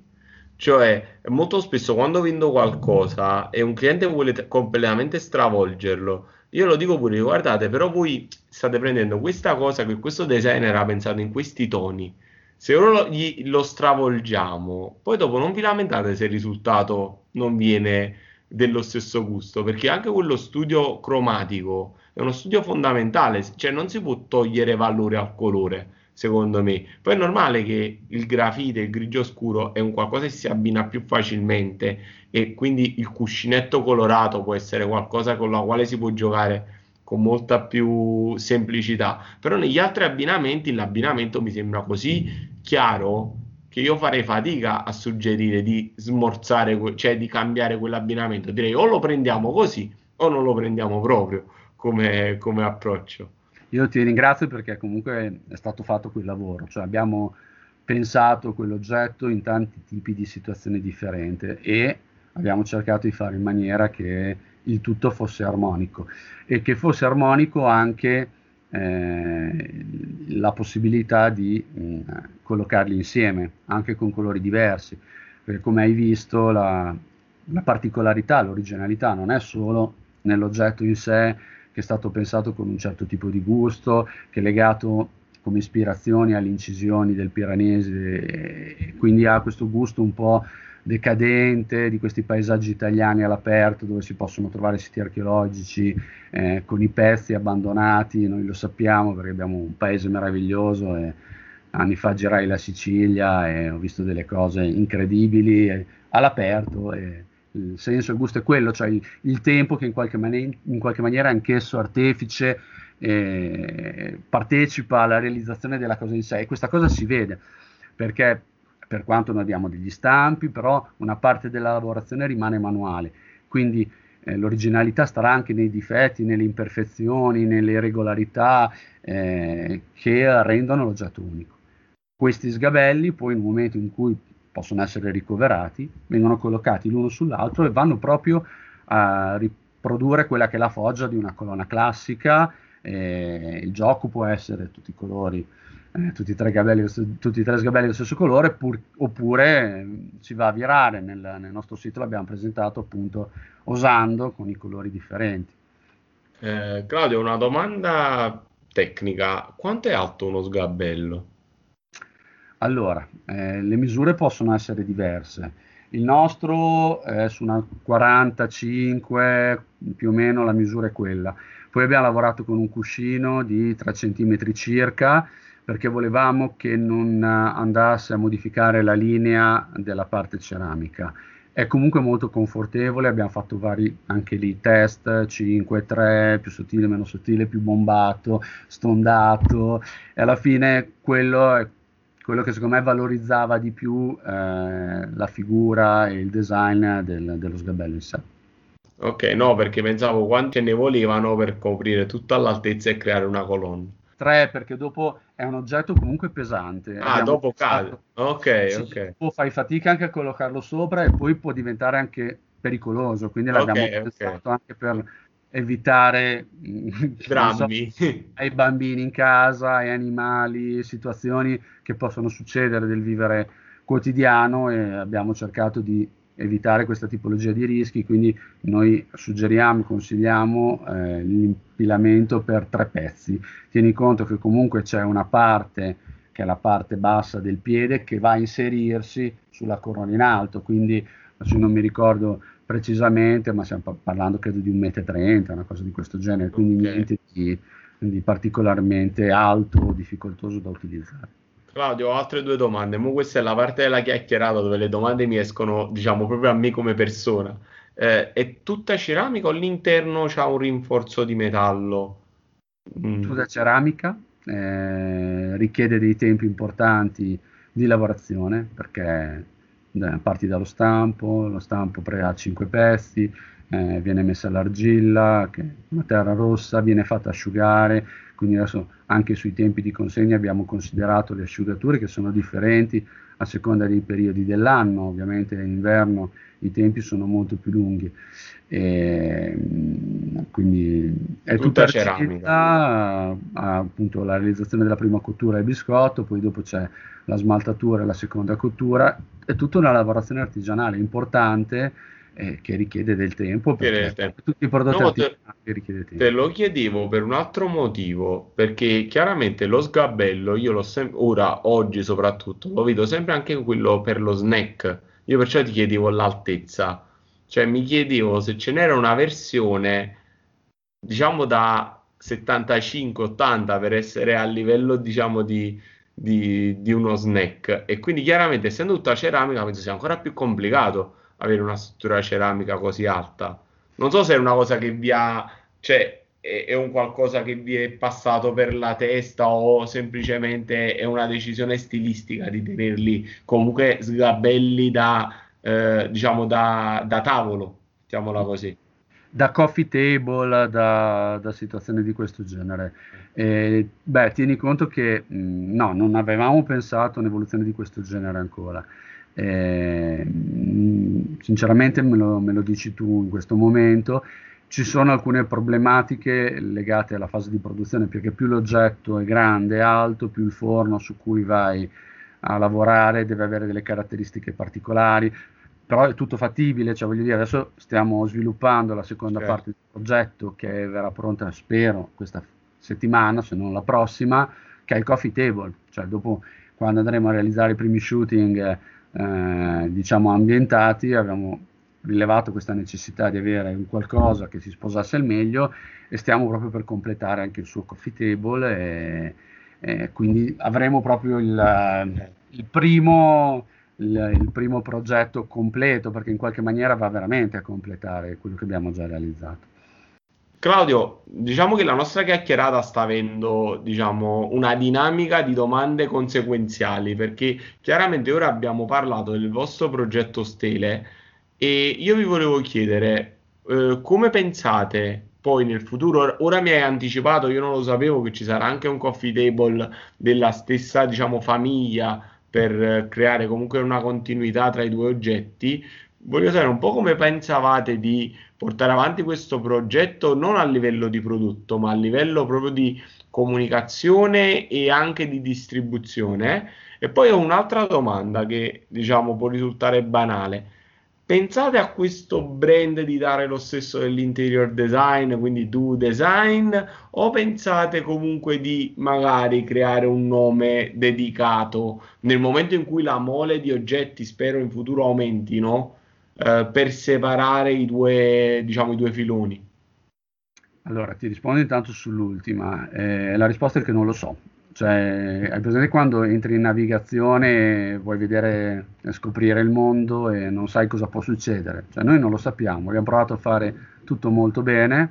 Cioè, molto spesso quando vendo qualcosa e un cliente vuole completamente stravolgerlo, io lo dico pure, guardate, però voi state prendendo questa cosa che questo designer ha pensato in questi toni. Se ora lo stravolgiamo, poi dopo non vi lamentate se il risultato non viene dello stesso gusto, perché anche quello studio cromatico è uno studio fondamentale, cioè non si può togliere valore al colore, secondo me. Poi è normale che il grafite, il grigio scuro è un qualcosa che si abbina più facilmente e quindi il cuscinetto colorato può essere qualcosa con la quale si può giocare con molta più semplicità. Però negli altri abbinamenti l'abbinamento mi sembra così chiaro che io farei fatica a suggerire di smorzare, cioè di cambiare quell'abbinamento. Direi o lo prendiamo così o non lo prendiamo proprio come approccio. Io ti ringrazio perché comunque è stato fatto quel lavoro, cioè abbiamo pensato quell'oggetto in tanti tipi di situazioni differenti e abbiamo cercato di fare in maniera che il tutto fosse armonico e che fosse armonico anche la possibilità di collocarli insieme, anche con colori diversi, perché come hai visto la particolarità, l'originalità non è solo nell'oggetto in sé, che è stato pensato con un certo tipo di gusto, che è legato come ispirazioni alle incisioni del Piranesi, e quindi ha questo gusto un po' decadente di questi paesaggi italiani all'aperto dove si possono trovare siti archeologici con i pezzi abbandonati, noi lo sappiamo perché abbiamo un paese meraviglioso anni fa girai la Sicilia e ho visto delle cose incredibili all'aperto, e il senso, il gusto è quello, cioè il tempo che in qualche maniera anch'esso artefice partecipa alla realizzazione della cosa in sé, e questa cosa si vede perché, per quanto noi abbiamo degli stampi, però una parte della lavorazione rimane manuale, quindi l'originalità starà anche nei difetti, nelle imperfezioni, nelle irregolarità che rendono l'oggetto unico. Questi sgabelli poi, nel momento in cui possono essere ricoverati, vengono collocati l'uno sull'altro e vanno proprio a riprodurre quella che è la foggia di una colonna classica. Il gioco può essere tutti i colori, tutti e tre sgabelli dello stesso colore, oppure si va a virare. Nel nostro sito l'abbiamo presentato appunto osando con i colori differenti. Claudio, una domanda tecnica. Quanto è alto uno sgabello? Allora, le misure possono essere diverse. Il nostro è su una 45, più o meno la misura è quella. Poi abbiamo lavorato con un cuscino di 3 centimetri circa, perché volevamo che non andasse a modificare la linea della parte ceramica. È comunque molto confortevole, abbiamo fatto vari anche lì test, 5, 3, più sottile, meno sottile, più bombato, stondato, e alla fine quello è quello che secondo me valorizzava di più la figura e il design dello sgabello in sé. Ok, no, perché pensavo quante ne volevano per coprire tutta l'altezza e creare una colonna. 3, perché dopo è un oggetto comunque pesante. Ah, Abbiamo dopo cade. pensato, Ok, sì, ok. dopo fai fatica anche a collocarlo sopra e poi può diventare anche pericoloso, quindi Ok, l'abbiamo ok. pensato anche per evitare, che ne so, Drammi. ai bambini in casa, ai animali, situazioni che possono succedere del vivere quotidiano, e abbiamo cercato di evitare questa tipologia di rischi, quindi noi suggeriamo, consigliamo l'impilamento per 3 pezzi. Tieni conto che comunque c'è una parte, che è la parte bassa del piede, che va a inserirsi sulla corona in alto, quindi adesso non mi ricordo precisamente, ma stiamo parlando credo di 1,30 m, una cosa di questo genere, quindi Ok. niente di particolarmente alto o difficoltoso da utilizzare. Claudio, ho altre due domande. Mo questa è la parte della chiacchierata dove le domande mi escono, diciamo, proprio a me come persona. È tutta ceramica o all'interno c'ha un rinforzo di metallo? Mm. Sulla ceramica richiede dei tempi importanti di lavorazione, perché parti dallo stampo, lo stampo ha 5 pezzi, viene messa l'argilla, che è una terra rossa, viene fatta asciugare, quindi adesso anche sui tempi di consegna abbiamo considerato le asciugature, che sono differenti a seconda dei periodi dell'anno. Ovviamente in inverno i tempi sono molto più lunghi. Quindi è tutta Tutta ceramica. recita, appunto la realizzazione della prima cottura è biscotto, poi dopo c'è la smaltatura e la seconda cottura, è tutta una lavorazione artigianale importante, che richiede del tempo, Chiedere il perché tempo. tutti i prodotti No, artigianali richiede te tempo. lo chiedevo per un altro motivo, perché chiaramente lo sgabello, io l'ho sempre, ora, oggi soprattutto, lo vedo sempre anche quello per lo snack. Io perciò ti chiedevo l'altezza, cioè mi chiedevo se ce n'era una versione, diciamo da 75-80 per essere a livello, diciamo, di uno snack. E quindi chiaramente, essendo tutta ceramica, penso sia ancora più complicato avere una struttura ceramica così alta. Non so se è una cosa che vi ha, cioè è un qualcosa che vi è passato per la testa o semplicemente è una decisione stilistica di tenerli comunque sgabelli diciamo, da tavolo, mettiamola così. Da coffee table, da situazioni di questo genere. Beh, tieni conto che no, non avevamo pensato a un'evoluzione di questo genere ancora. Sinceramente me lo dici tu in questo momento. Ci sono alcune problematiche legate alla fase di produzione, perché più l'oggetto è grande, alto, più il forno su cui vai a lavorare deve avere delle caratteristiche particolari, però è tutto fattibile, cioè voglio dire, adesso stiamo sviluppando la seconda Certo. parte del progetto, che verrà pronta, spero, questa settimana, se non la prossima, che è il coffee table, cioè dopo, quando andremo a realizzare i primi shooting, diciamo ambientati, abbiamo rilevato questa necessità di avere un qualcosa che si sposasse al meglio, e stiamo proprio per completare anche il suo coffee table, quindi avremo proprio il primo, il primo progetto completo, perché in qualche maniera va veramente a completare quello che abbiamo già realizzato. Claudio, diciamo che la nostra chiacchierata sta avendo, diciamo, una dinamica di domande conseguenziali, perché chiaramente ora abbiamo parlato del vostro progetto Stele e io vi volevo chiedere, come pensate poi nel futuro? Ora mi hai anticipato, io non lo sapevo che ci sarà anche un coffee table della stessa, diciamo, famiglia per creare comunque una continuità tra i due oggetti. Voglio sapere un po' come pensavate di portare avanti questo progetto non a livello di prodotto, ma a livello proprio di comunicazione e anche di distribuzione. E poi ho un'altra domanda che, diciamo, può risultare banale. Pensate a questo brand di dare lo stesso dell'interior design, quindi Do Design, o pensate comunque di magari creare un nome dedicato nel momento in cui la mole di oggetti spero in futuro aumentino, per separare i due, diciamo, i due filoni? Allora, ti rispondo intanto sull'ultima. La risposta è che non lo so. Cioè, hai presente quando entri in navigazione, vuoi vedere, scoprire il mondo e non sai cosa può succedere? Cioè, noi non lo sappiamo, abbiamo provato a fare tutto molto bene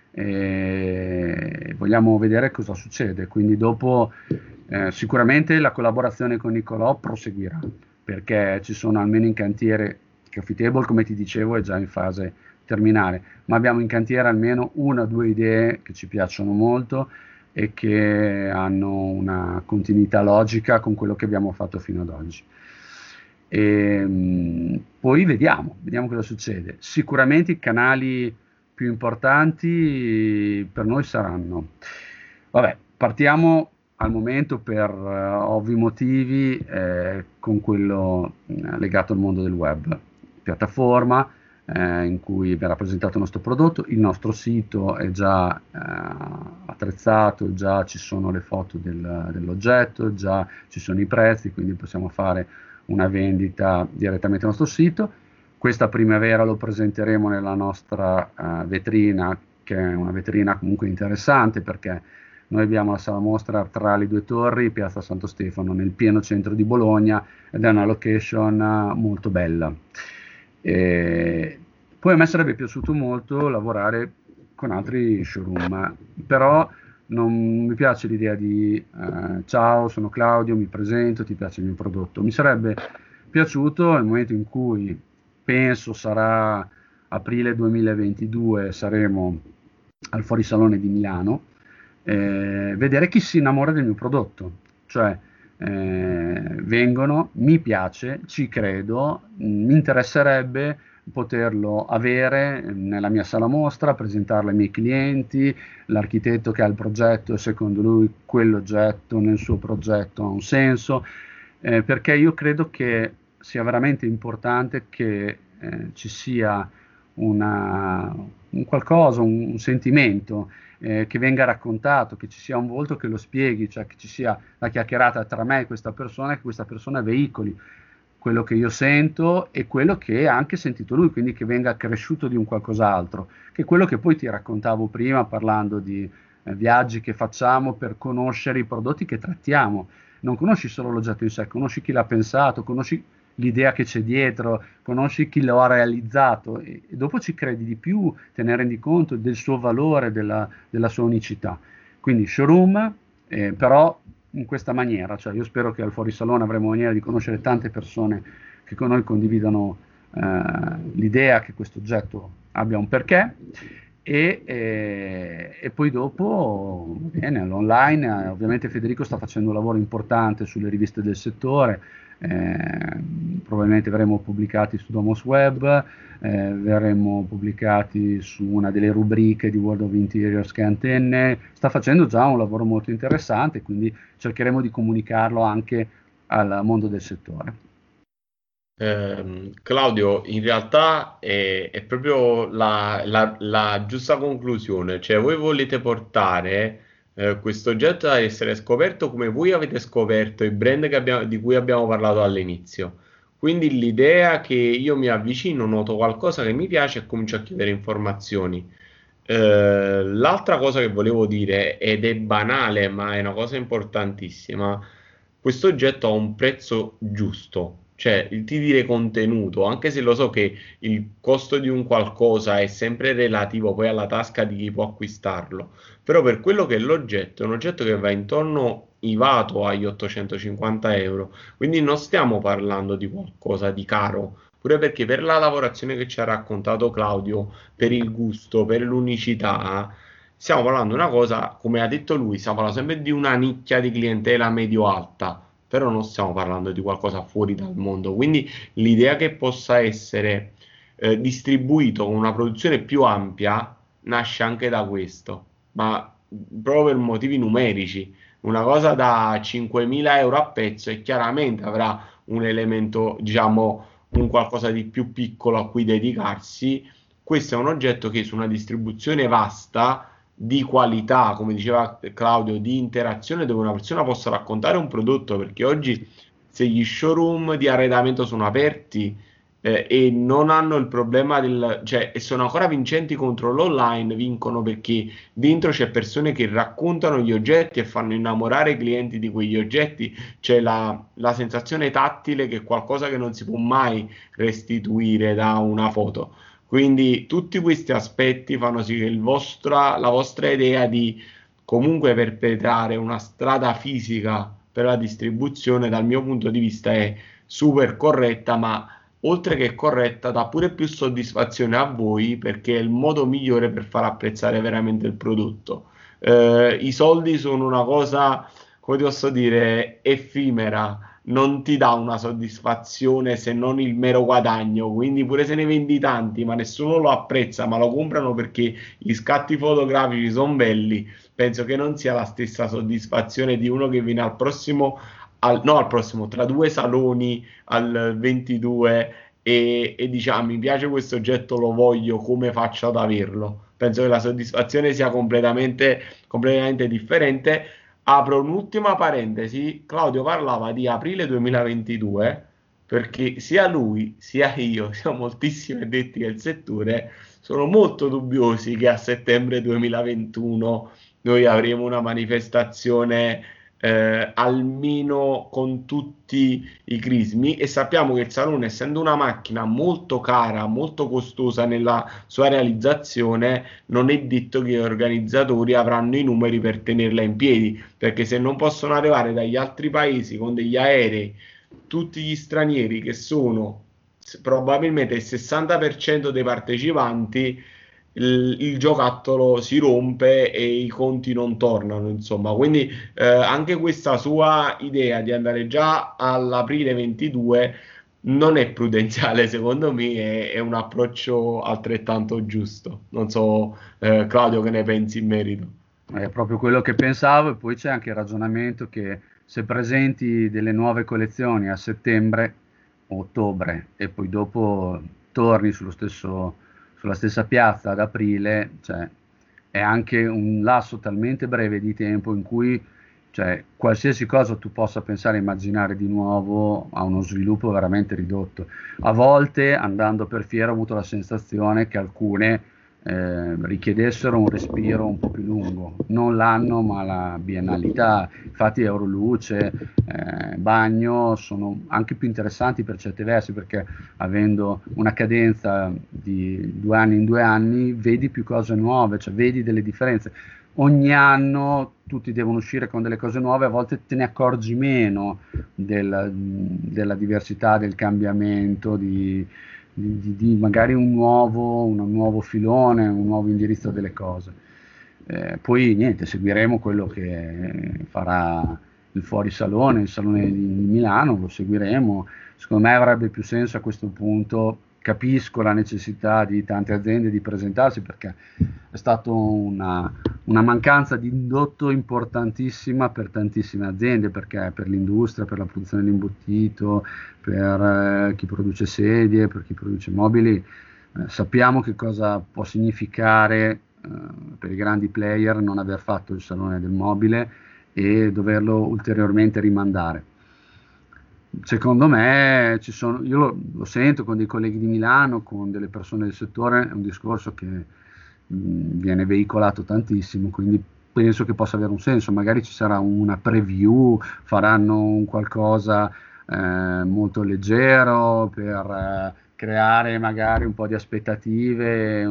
e vogliamo vedere cosa succede. Quindi dopo, sicuramente la collaborazione con Nicolò proseguirà, perché ci sono almeno in cantiere, Coffee Table, come ti dicevo, è già in fase terminale, ma abbiamo in cantiere almeno una o due idee che ci piacciono molto e che hanno una continuità logica con quello che abbiamo fatto fino ad oggi. Poi vediamo cosa succede. Sicuramente i canali più importanti per noi saranno, vabbè, partiamo al momento per ovvi motivi con quello legato al mondo del web, piattaforma in cui verrà presentato il nostro prodotto. Il nostro sito è già attrezzato, già ci sono le foto dell'oggetto, già ci sono i prezzi, quindi possiamo fare una vendita direttamente al nostro sito. Questa primavera lo presenteremo nella nostra vetrina, che è una vetrina comunque interessante, perché noi abbiamo la sala mostra tra le due torri, Piazza Santo Stefano, nel pieno centro di Bologna, ed è una location molto bella. Poi a me sarebbe piaciuto molto lavorare con altri showroom, però non mi piace l'idea di ciao, sono Claudio, mi presento, ti piace il mio prodotto. Mi sarebbe piaciuto nel momento in cui, penso sarà aprile 2022, saremo al Fuorisalone di Milano, vedere chi si innamora del mio prodotto, cioè vengono, mi piace, ci credo, mi interesserebbe poterlo avere nella mia sala mostra, presentarlo ai miei clienti, l'architetto che ha il progetto e secondo lui quell'oggetto nel suo progetto ha un senso, perché io credo che sia veramente importante che ci sia un qualcosa, un sentimento che venga raccontato, che ci sia un volto che lo spieghi, cioè che ci sia la chiacchierata tra me e questa persona, che questa persona veicoli quello che io sento e quello che ha anche sentito lui, quindi che venga cresciuto di un qualcos'altro, che è quello che poi ti raccontavo prima parlando di viaggi che facciamo per conoscere i prodotti che trattiamo. Non conosci solo l'oggetto in sé, conosci chi l'ha pensato, conosci l'idea che c'è dietro, conosci chi lo ha realizzato e dopo ci credi di più, te ne rendi conto del suo valore, della sua unicità. Quindi showroom, però in questa maniera, cioè io spero che al Fuorisalone avremo maniera di conoscere tante persone che con noi condividano l'idea che questo oggetto abbia un perché e poi dopo bene, all'online, ovviamente Federico sta facendo un lavoro importante sulle riviste del settore, probabilmente verremo pubblicati su Domos Web, verremo pubblicati su una delle rubriche di World of Interiors che è Antenne, sta facendo già un lavoro molto interessante, quindi cercheremo di comunicarlo anche al mondo del settore. Claudio, in realtà è proprio la giusta conclusione, cioè voi volete portare questo oggetto a essere scoperto come voi avete scoperto i brand di cui abbiamo parlato all'inizio. Quindi l'idea che io mi avvicino, noto qualcosa che mi piace e comincio a chiedere informazioni. L'altra cosa che volevo dire, ed è banale, ma è una cosa importantissima, questo oggetto ha un prezzo giusto, cioè il ti dire contenuto, anche se lo so che il costo di un qualcosa è sempre relativo poi alla tasca di chi può acquistarlo, però per quello che è l'oggetto, è un oggetto che va intorno IVAto agli 850 euro, quindi non stiamo parlando di qualcosa di caro, pure perché per la lavorazione che ci ha raccontato Claudio, per il gusto, per l'unicità, stiamo parlando di una cosa, come ha detto lui, stiamo parlando sempre di una nicchia di clientela medio-alta, però non stiamo parlando di qualcosa fuori dal mondo. Quindi l'idea che possa essere distribuito con una produzione più ampia nasce anche da questo, ma proprio per motivi numerici. Una cosa da 5.000 euro a pezzo e chiaramente avrà un elemento, diciamo, un qualcosa di più piccolo a cui dedicarsi. Questo è un oggetto che su una distribuzione vasta di qualità, come diceva Claudio, di interazione dove una persona possa raccontare un prodotto, perché oggi se gli showroom di arredamento sono aperti e non hanno il problema del, cioè, e sono ancora vincenti contro l'online, vincono perché dentro c'è persone che raccontano gli oggetti e fanno innamorare i clienti di quegli oggetti, c'è la sensazione tattile che è qualcosa che non si può mai restituire da una foto. Quindi tutti questi aspetti fanno sì che la vostra idea di comunque perpetrare una strada fisica per la distribuzione, dal mio punto di vista, è super corretta, ma oltre che corretta, dà pure più soddisfazione a voi perché è il modo migliore per far apprezzare veramente il prodotto. I soldi sono una cosa, come ti posso dire, effimera, non ti dà una soddisfazione se non il mero guadagno. Quindi, pure se ne vendi tanti, ma nessuno lo apprezza, ma lo comprano perché gli scatti fotografici sono belli, penso che non sia la stessa soddisfazione di uno che viene al prossimo, no, al prossimo, tra due saloni al 22 e dice: "Ah, mi piace questo oggetto, lo voglio, come faccio ad averlo?" Penso che la soddisfazione sia completamente differente. Apro un'ultima parentesi. Claudio parlava di aprile 2022 perché sia lui sia io, sia moltissimi addetti del settore sono molto dubbiosi che a settembre 2021 noi avremo una manifestazione almeno con tutti i crismi e sappiamo che il salone, essendo una macchina molto cara, molto costosa nella sua realizzazione, non è detto che gli organizzatori avranno i numeri per tenerla in piedi, perché se non possono arrivare dagli altri paesi con degli aerei, tutti gli stranieri che sono probabilmente il 60% dei partecipanti, il giocattolo si rompe e i conti non tornano, insomma. Quindi anche questa sua idea di andare già all'aprile 22 non è prudenziale, secondo me, è un approccio altrettanto giusto. Non so, Claudio, che ne pensi in merito? È proprio quello che pensavo, e poi c'è anche il ragionamento che se presenti delle nuove collezioni a settembre o ottobre e poi dopo torni sulla stessa piazza ad aprile, cioè, è anche un lasso talmente breve di tempo in cui, cioè, qualsiasi cosa tu possa pensare e immaginare di nuovo ha uno sviluppo veramente ridotto. A volte, andando per fiera, ho avuto la sensazione che alcune richiedessero un respiro un po' più lungo, non l'anno ma la biennalità. Infatti Euroluce, Bagno sono anche più interessanti per certi versi perché avendo una cadenza di 2 anni in 2 anni vedi più cose nuove, cioè vedi delle differenze. Ogni anno tutti devono uscire con delle cose nuove, a volte te ne accorgi meno della diversità, del cambiamento, di magari un nuovo filone, un nuovo indirizzo delle cose. Poi niente, seguiremo quello che farà il fuorisalone, il salone di Milano, lo seguiremo. Secondo me avrebbe più senso a questo punto. Capisco la necessità di tante aziende di presentarsi perché è stata una mancanza di indotto importantissima per tantissime aziende, perché per l'industria, per la produzione dell'imbottito, per chi produce sedie, per chi produce mobili, sappiamo che cosa può significare per i grandi player non aver fatto il salone del mobile e doverlo ulteriormente rimandare. Secondo me io lo sento con dei colleghi di Milano, con delle persone del settore, è un discorso che viene veicolato tantissimo, quindi penso che possa avere un senso. Magari ci sarà una preview, faranno un qualcosa molto leggero per creare magari un po' di aspettative,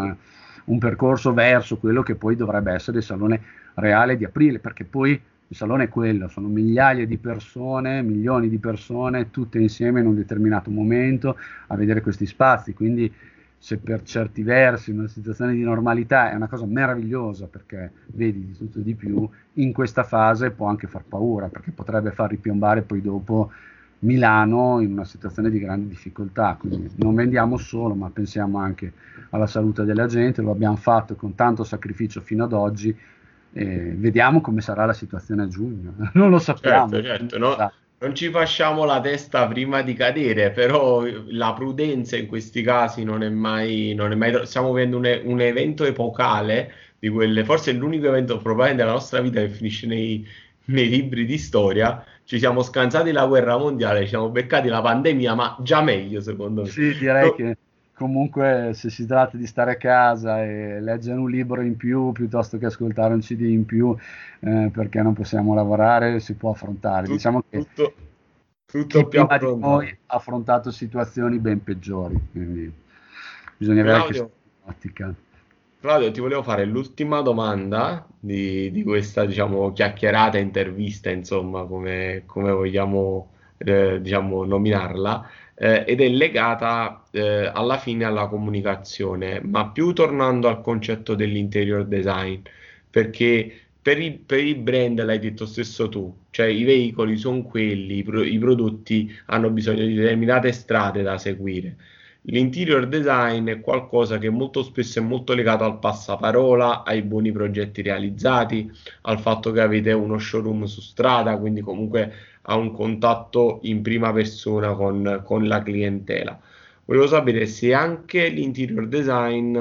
un percorso verso quello che poi dovrebbe essere il Salone Reale di aprile, perché poi il Salone è quello, sono migliaia di persone, milioni di persone, tutte insieme in un determinato momento a vedere questi spazi, quindi se per certi versi una situazione di normalità è una cosa meravigliosa perché vedi di tutto e di più, in questa fase può anche far paura perché potrebbe far ripiombare poi dopo Milano in una situazione di grande difficoltà. Quindi non vendiamo solo, ma pensiamo anche alla salute della gente, lo abbiamo fatto con tanto sacrificio fino ad oggi. Vediamo come sarà la situazione a giugno, non lo Certo, sappiamo. certo, no? Non ci facciamo la testa prima di cadere, però la prudenza in questi casi non è mai. Stiamo vivendo un evento epocale di quelle, forse è l'unico evento probabilmente della nostra vita che finisce nei libri di storia. Ci siamo scansati la guerra mondiale, ci siamo beccati la pandemia, ma già meglio secondo me. Sì, direi che comunque se si tratta di stare a casa e leggere un libro in più piuttosto che ascoltare un CD in più, perché non possiamo lavorare, si può affrontare. Tu- Diciamo che tutto, chi tutto più prima di noi affrontato. ha affrontato situazioni ben peggiori, quindi bisogna avere questa Claudio, ottica. Claudio, ti volevo fare l'ultima domanda di questa, diciamo, chiacchierata, intervista, insomma, come vogliamo, diciamo, nominarla, ed è legata, alla fine alla comunicazione, ma più tornando al concetto dell'interior design, perché per i brand, l'hai detto stesso tu, cioè i veicoli sono quelli, i prodotti hanno bisogno di determinate strade da seguire. L'interior design è qualcosa che molto spesso è molto legato al passaparola, ai buoni progetti realizzati, al fatto che avete uno showroom su strada, quindi comunque a un contatto in prima persona con la clientela. Volevo sapere se anche l'interior design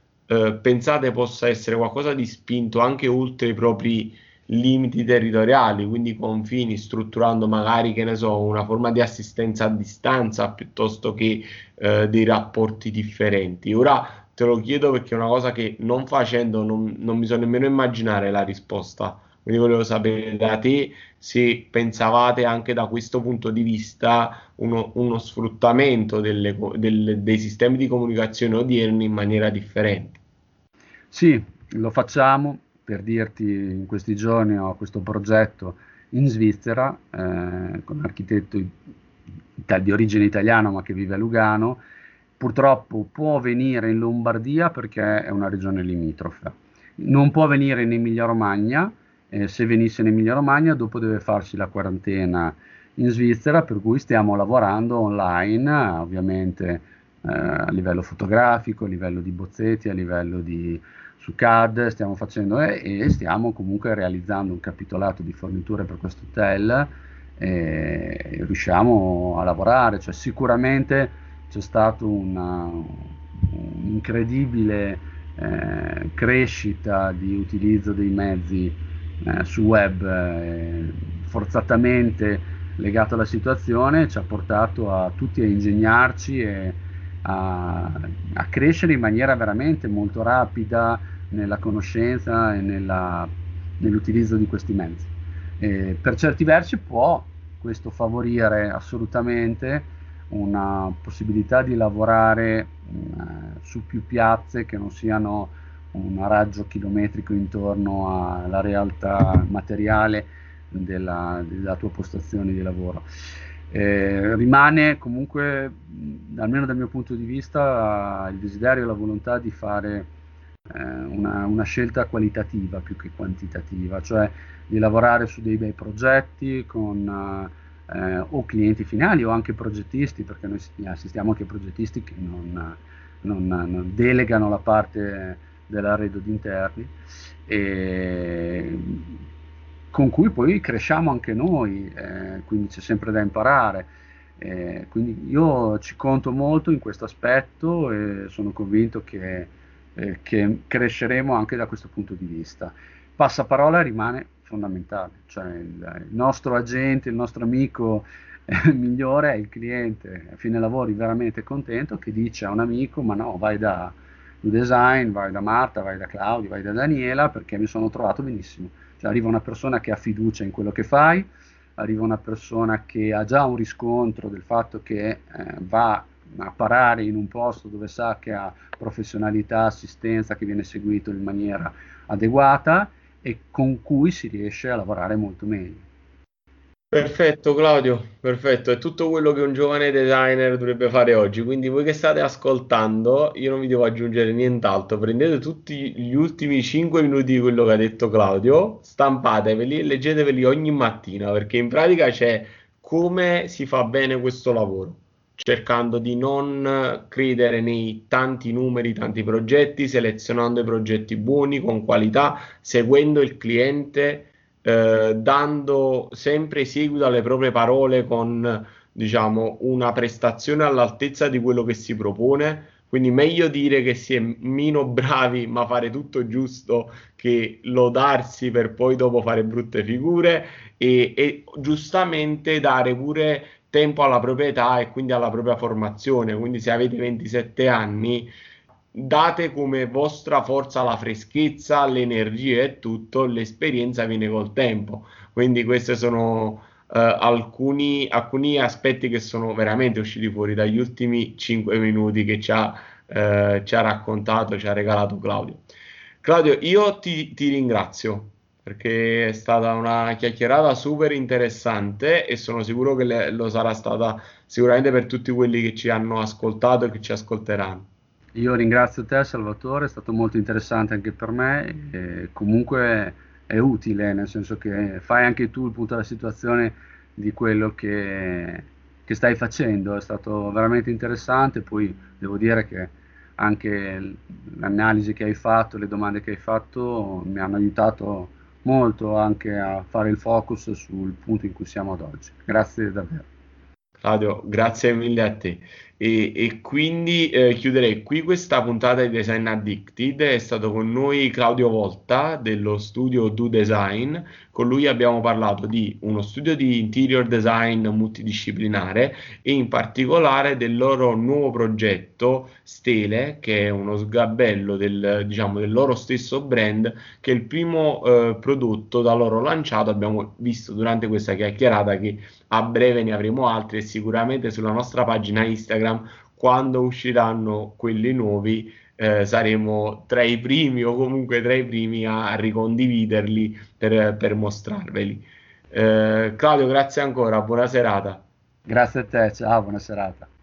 pensate possa essere qualcosa di spinto anche oltre i propri limiti territoriali, quindi confini, strutturando magari, che ne so, una forma di assistenza a distanza piuttosto che dei rapporti differenti. Ora te lo chiedo perché è una cosa che non facendo non mi so nemmeno immaginare la risposta. Quindi volevo sapere da te se pensavate anche da questo punto di vista uno sfruttamento dei sistemi di comunicazione odierni in maniera differente. Sì, lo facciamo, per dirti, in questi giorni ho questo progetto in Svizzera con un architetto di origine italiana ma che vive a Lugano. Purtroppo può venire in Lombardia perché è una regione limitrofa. Non può venire in Emilia-Romagna, se venisse in Emilia-Romagna dopo deve farsi la quarantena in Svizzera, per cui stiamo lavorando online, ovviamente a livello fotografico, a livello di bozzetti, a livello di su CAD, stiamo facendo e stiamo comunque realizzando un capitolato di forniture per questo hotel e riusciamo a lavorare, cioè sicuramente c'è stato un'incredibile crescita di utilizzo dei mezzi sul web, forzatamente legato alla situazione, ci ha portato a tutti a ingegnarci e a crescere in maniera veramente molto rapida nella conoscenza e nell'utilizzo di questi mezzi. Per certi versi può questo favorire assolutamente una possibilità di lavorare su più piazze che non siano un raggio chilometrico intorno alla realtà materiale della tua postazione di lavoro. Rimane comunque, almeno dal mio punto di vista, il desiderio e la volontà di fare una scelta qualitativa più che quantitativa, cioè di lavorare su dei bei progetti con o clienti finali o anche progettisti, perché noi assistiamo anche a progettisti che non delegano la parte dell'arredo di interni e con cui poi cresciamo anche noi, quindi c'è sempre da imparare. Quindi io ci conto molto in questo aspetto e sono convinto che cresceremo anche da questo punto di vista. Passaparola rimane fondamentale, cioè il nostro agente, il nostro amico migliore è il cliente a fine lavori veramente contento che dice a un amico ma no, vai da Design, vai da Marta, vai da Claudio, vai da Daniela, perché mi sono trovato benissimo. Cioè, arriva una persona che ha fiducia in quello che fai, arriva una persona che ha già un riscontro del fatto che va a parare in un posto dove sa che ha professionalità, assistenza, che viene seguito in maniera adeguata e con cui si riesce a lavorare molto meglio. Perfetto Claudio, perfetto, è tutto quello che un giovane designer dovrebbe fare oggi, quindi voi che state ascoltando, io non vi devo aggiungere nient'altro, prendete tutti gli ultimi 5 minuti di quello che ha detto Claudio, stampateveli e leggeteveli ogni mattina, perché in pratica c'è come si fa bene questo lavoro, cercando di non credere nei tanti numeri, tanti progetti, selezionando i progetti buoni, con qualità, seguendo il cliente, dando sempre seguito alle proprie parole con, diciamo, una prestazione all'altezza di quello che si propone. Quindi meglio dire che si è meno bravi ma fare tutto giusto che lodarsi per poi dopo fare brutte figure e giustamente dare pure tempo alla propria età e quindi alla propria formazione. Quindi se avete 27 anni, date come vostra forza la freschezza, l'energia e tutto, l'esperienza viene col tempo. Quindi questi sono alcuni aspetti che sono veramente usciti fuori dagli ultimi 5 minuti che ci ha raccontato, ci ha regalato Claudio. Claudio, io ti ringrazio perché è stata una chiacchierata super interessante e sono sicuro che lo sarà stata sicuramente per tutti quelli che ci hanno ascoltato e che ci ascolteranno. Io ringrazio te, Salvatore, è stato molto interessante anche per me, e comunque è utile, nel senso che fai anche tu il punto della situazione di quello che stai facendo, è stato veramente interessante, poi devo dire che anche l'analisi che hai fatto, le domande che hai fatto mi hanno aiutato molto anche a fare il focus sul punto in cui siamo ad oggi. Grazie davvero. Claudio, grazie mille a te. E quindi chiuderei qui questa puntata di Design Addicted. È stato con noi Claudio Volta dello studio Do Design. Con lui abbiamo parlato di uno studio di interior design multidisciplinare e in particolare del loro nuovo progetto Stele, che è uno sgabello diciamo, del loro stesso brand, che è il primo prodotto da loro lanciato. Abbiamo visto durante questa chiacchierata che a breve ne avremo altri e sicuramente sulla nostra pagina Instagram, quando usciranno quelli nuovi, saremo tra i primi o comunque tra i primi a ricondividerli per mostrarveli. Claudio, grazie ancora, buona serata. Grazie a te, ciao, buona serata.